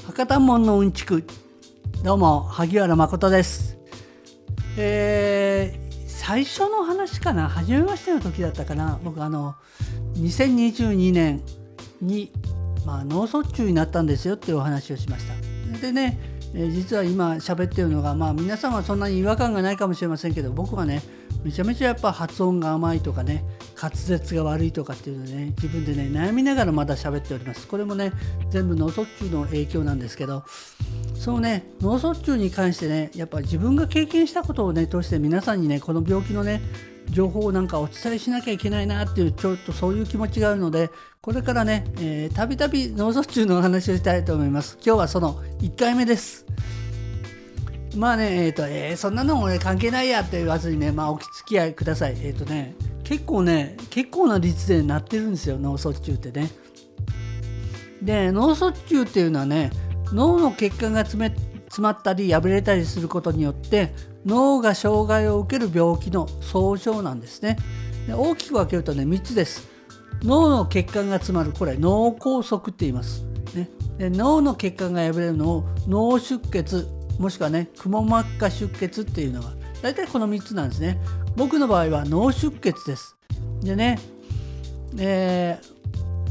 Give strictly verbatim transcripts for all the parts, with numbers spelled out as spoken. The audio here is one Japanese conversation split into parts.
博多門のうんちく。どうも萩原誠です。えー、最初の話かな、初めましての時だったかな。僕あのにせんにじゅうにねんに、まあ、脳卒中になったんですよっていうお話をしました。でね、えー、実は今喋ってるのが、まあ、皆さんはそんなに違和感がないかもしれませんけど、僕はねめちゃめちゃやっぱ発音が甘いとかね、滑舌が悪いとかっていうのでね、自分でね悩みながらまだ喋っております。これもね全部脳卒中の影響なんですけど、そのね脳卒中に関してね、やっぱ自分が経験したことをね通して皆さんにねこの病気のね情報をなんかお伝えしなきゃいけないなっていう、ちょっとそういう気持ちがあるので、これからねたびたび脳卒中のお話をしたいと思います。今日はそのいっかいめです。まあね、えーとえー、そんなの俺関係ないやって言わずにね、まあお付き合いください。えっ、ー、とね、結構ね、結構な率でなってるんですよ、脳卒中ってね。で、脳卒中っていうのはね、脳の血管が詰め、詰まったり破れたりすることによって脳が障害を受ける病気の総称なんですね。で、大きく分けるとねみっつです。脳の血管が詰まる、これ脳梗塞って言います、ね。で、脳の血管が破れるのを脳出血、もしくはねくも膜下出血っていうのがだいたいこのみっつなんですね。僕の場合は脳出血です。でね、えー、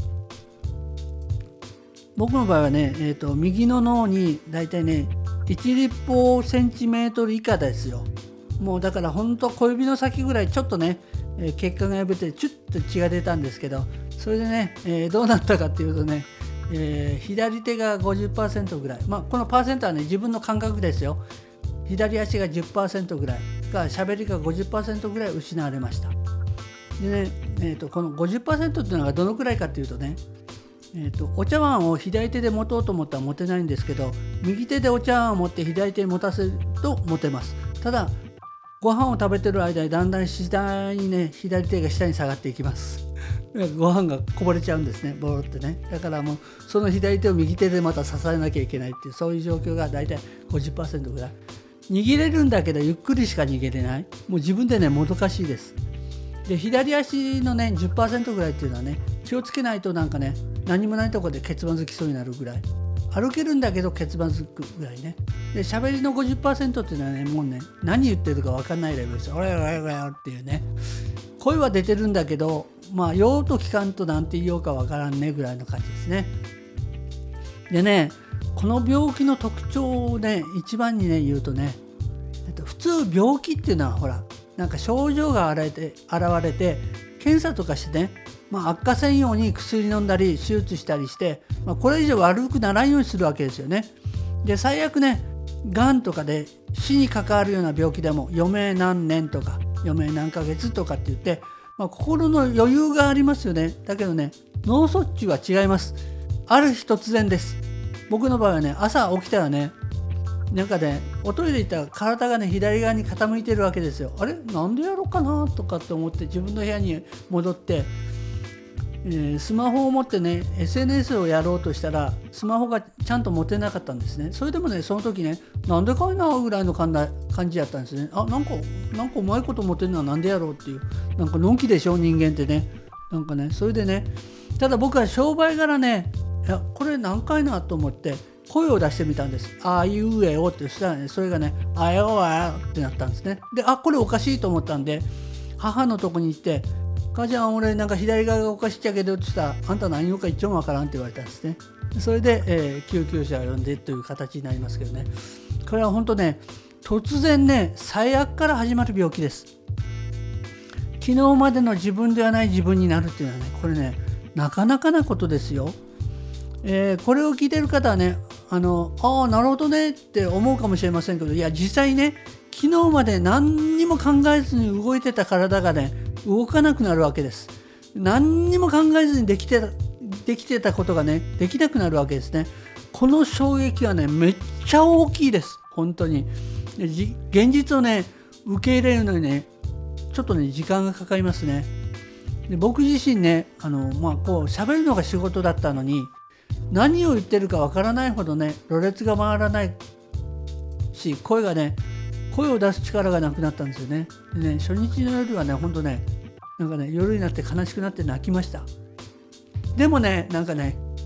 僕の場合はね、えーと、右の脳にだいたいねいち立方センチメートル以下ですよ。もうだから本当小指の先ぐらいちょっとね、えー、血管が破れてチュッと血が出たんですけど、それでね、えー、どうなったかっていうとね、えー、左手が ごじゅっパーセント ぐらい、まあ、このパーセントはね自分の感覚ですよ。左足が じゅっパーセント ぐらいが、喋りが ごじゅっパーセント ぐらい失われました。でね、えーと、この ごじゅっパーセント っていうのがどのくらいかっていうとね、えーと、お茶碗を左手で持とうと思ったら持てないんですけど、右手でお茶碗を持って左手に持たせると持てます。ただご飯を食べてる間にだんだん次第にね左手が下に下がっていきます。ご飯がこぼれちゃうんですね、ボロってね。だからもうその左手を右手でまた支えなきゃいけないっていう、そういう状況がだいたい ごじゅっパーセント ぐらい。握れるんだけどゆっくりしか握れない、もう自分でねもどかしいです。で、左足のね じゅっパーセント ぐらいっていうのはね、気をつけないとなんかね何もないところでケツまずきそうになるぐらい、歩けるんだけどケツまずくぐらいね。で、喋りの ごじゅっパーセント っていうのはね、もうね何言ってるか分かんないレベルです。おらおらおらっていうね、声は出てるんだけど、まあ用途聞かんとなんて言おうか分からんねぐらいの感じですね。でね、この病気の特徴をね一番にね言うとね、普通病気っていうのはほらなんか症状が現れて現れて検査とかしてね、まあ、悪化せんように薬飲んだり手術したりして、まあ、これ以上悪くならんようにするわけですよね。で、最悪ねがんとかで死に関わるような病気でも余命何年とか余命何ヶ月とかって言って、まあ、心の余裕がありますよね。だけどね脳卒中は違います。ある日突然です。僕の場合はね朝起きたらね、なんかねおトイレ行ったら体がね左側に傾いてるわけですよ。あれなんでやろうかなとかって思って自分の部屋に戻って、えー、スマホを持ってね エスエヌエス をやろうとしたらスマホがちゃんと持てなかったんですね。それでもねその時ねなんでかいなぐらいの感じやったんですね。あ、なんかなんかうまいこと持ってるのはなんでやろうっていう、なんかのんきでしょ人間ってね。なんかね、それでね、ただ僕は商売柄ね、いやこれ何回なと思って声を出してみたんです。あいうえおって。そしたらねそれがねあよわってなったんですね。で、あこれおかしいと思ったんで母のとこに行って、母ちゃん俺なんか左側がおかしいっちゃけどって言ったら、あんた何言うか一丁もわからんって言われたんですね。それで、えー、救急車を呼んでという形になりますけどね、これは本当ね突然ね最悪から始まる病気です。昨日までの自分ではない自分になるっていうのはね、これねなかなかなことですよ。えー、これを聞いてる方はね、あのああなるほどねって思うかもしれませんけど、いや実際ね昨日まで何にも考えずに動いてた体がね動かなくなるわけです。何にも考えずにできてたできてたことがねできなくなるわけですね。この衝撃はねめっちゃ大きいです。本当にで現実をね受け入れるのにねちょっとね時間がかかりますね。で、僕自身ねあのまあこう喋るのが仕事だったのに何を言ってるかわからないほどねろれつが回らないし、声がね声を出す力がなくなったんですよね。でね、初日の夜はね本当ねなんかね夜になって悲しくなって泣きました。でもねなんかね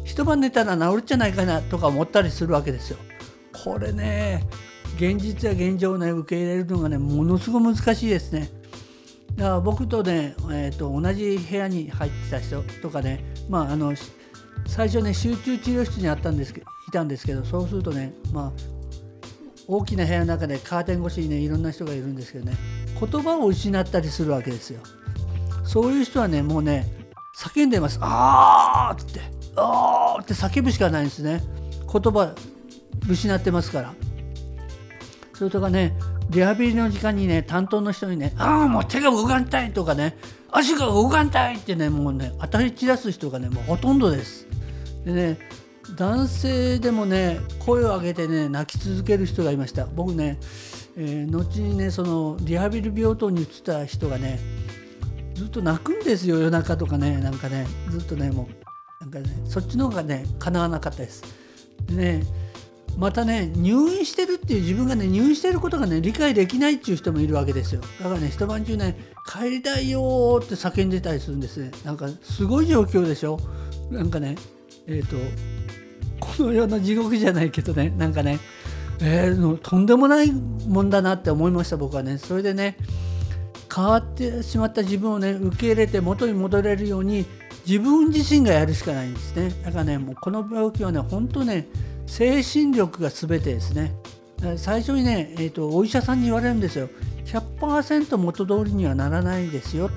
一晩寝たら治るんじゃないかなとか思ったりするわけですよ。これね、現実や現状をね受け入れるのがねものすごく難しいですね。だから僕とね、えー、と同じ部屋に入ってた人とかね、まああの最初ね集中治療室にあったんですけいたんですけど、そうするとね、まあ大きな部屋の中でカーテン越しにねいろんな人がいるんですけどね、言葉を失ったりするわけですよ。そういう人はねもうね叫んでます。あーってあーって叫ぶしかないんですね。言葉失ってますから。それとかね、リハビリの時間にね担当の人にね、ああもう手が動かんたいとかね、足が動かんたいってねもうね当たり散らす人がねもうほとんどです。でね、男性でもね声を上げてね泣き続ける人がいました。僕ね、えー、後にねそのリハビリ病棟に移った人がねずっと泣くんですよ、夜中とかね、なんかねずっとねもうなんかねそっちの方がね叶わなかったです。でね、またね入院してるっていう自分がね入院してることがね理解できないっていう人もいるわけですよ。だからね一晩中ね帰りたいよって叫んでたりするんですね。なんかすごい状況でしょ。なんかねえっ、ー、とこの世の地獄じゃないけどね、なんかね、えー、とんでもないもんだなって思いました、僕はね。それでね変わってしまった自分をね受け入れて元に戻れるように自分自身がやるしかないんですね。だからねもうこの病気はね本当ね精神力が全てですね。最初にね、えーと、お医者さんに言われるんですよ。ひゃくパーセント 元通りにはならないですよって。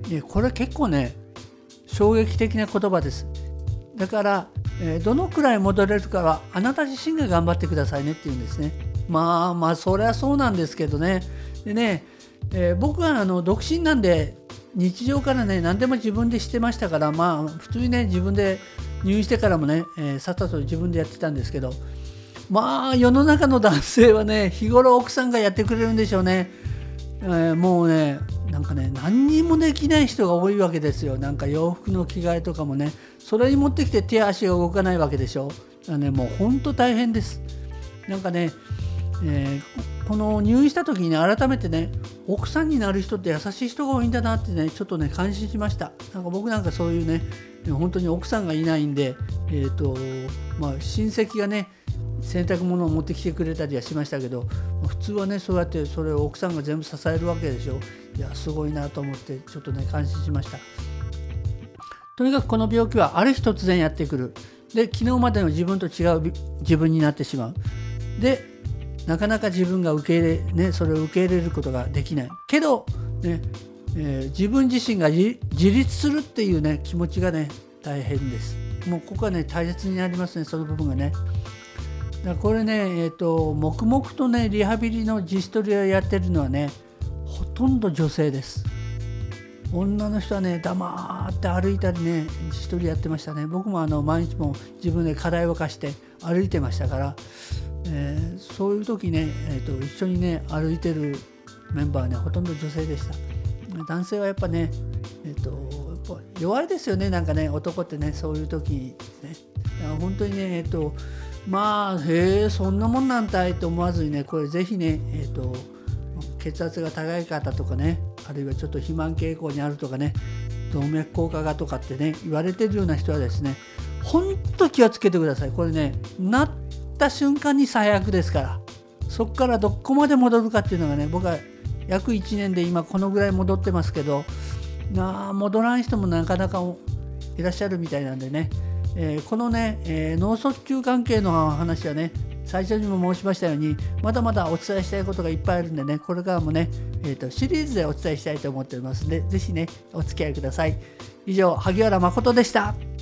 でこれ結構ね衝撃的な言葉です。だから、えー、どのくらい戻れるかはあなた自身が頑張ってくださいねって言うんですね。まあまあそりゃそうなんですけどね。でね、えー、僕はあの独身なんで日常からね何でも自分でしてましたから、まあ普通にね自分で入院してからもね、えー、さっさと自分でやってたんですけど、まあ世の中の男性はね日頃奥さんがやってくれるんでしょうね。えー、もうねなんかね何にもできない人が多いわけですよ。なんか洋服の着替えとかもねそれに持ってきて手足が動かないわけでしょ。だからねもう本当大変です。なんかね、えー、この入院した時にね改めてね奥さんになる人って優しい人が多いんだなってねちょっとね感心しました。なんか僕なんかそういうね本当に奥さんがいないんで、えーとまあ、親戚がね洗濯物を持ってきてくれたりはしましたけど、普通はねそうやってそれを奥さんが全部支えるわけでしょ。いやすごいなと思ってちょっとね感心しました。とにかくこの病気はある日突然やってくる。で昨日までの自分と違う自分になってしまう。でなかなか自分が受け入れ、ね、それを受け入れることができないけど、ねえー、自分自身が自立するっていうね気持ちがね大変です。もうここはね大切になりますね、その部分がね。だからこれね、えーと、黙々とねリハビリの自主トレをやってるのはねほとんど女性です。女の人はね黙って歩いたりね自主トレやってましたね。僕もあの毎日も自分で課題を課して歩いてましたから、えー、そういう時ね、えーと、一緒にね歩いてるメンバーはねほとんど女性でした。男性はやっぱね、えーと、やっぱ弱いですよね。なんかね男ってねそういう時ねだから本当にねえっ、ー、とまあへえそんなもんなんだいと思わずにねこれぜひね、えーと、血圧が高い方とかねあるいはちょっと肥満傾向にあるとかね動脈硬化がとかってね言われてるような人はですね本当気をつけてください。これねなった瞬間に最悪ですから、そこからどこまで戻るかっていうのがね僕は約いちねんで今このぐらい戻ってますけど、なあ戻らん人もなかなかいらっしゃるみたいなんでね、えー、このね、えー、脳卒中関係の話はね最初にも申しましたようにまだまだお伝えしたいことがいっぱいあるんでね、これからもね、えーと、シリーズでお伝えしたいと思っておりますのでぜひねお付き合いください。以上萩原誠でした。